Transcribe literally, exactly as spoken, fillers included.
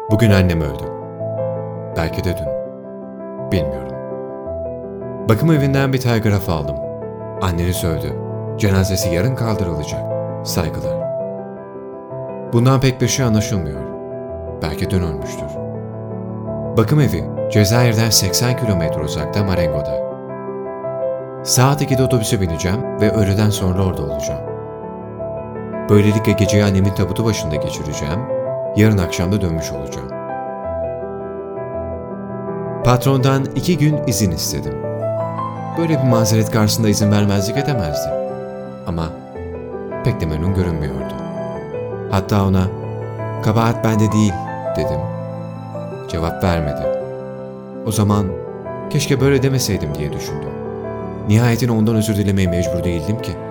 Bugün annem öldü. Belki de dün. Bilmiyorum. Bakım evinden bir telgraf aldım. Anneniz öldü. Cenazesi yarın kaldırılacak. Saygılar. Bundan pek bir şey anlaşılmıyor. Belki dün ölmüştür. Bakım evi Cezayir'den seksen kilometre uzakta Marengo'da. Saat ikide otobüse bineceğim ve öğleden sonra orada olacağım. Böylelikle geceyi annemin tabutu başında geçireceğim, yarın akşam da dönmüş olacağım. Patrondan iki gün izin istedim. Böyle bir mazeret karşısında izin vermezlik edemezdi. Ama pek de memnun görünmüyordu. Hatta ona "Kabahat bende değil" dedim. Cevap vermedi. O zaman keşke böyle demeseydim diye düşündüm. Nihayetinde ondan özür dilemeye mecbur değildim ki.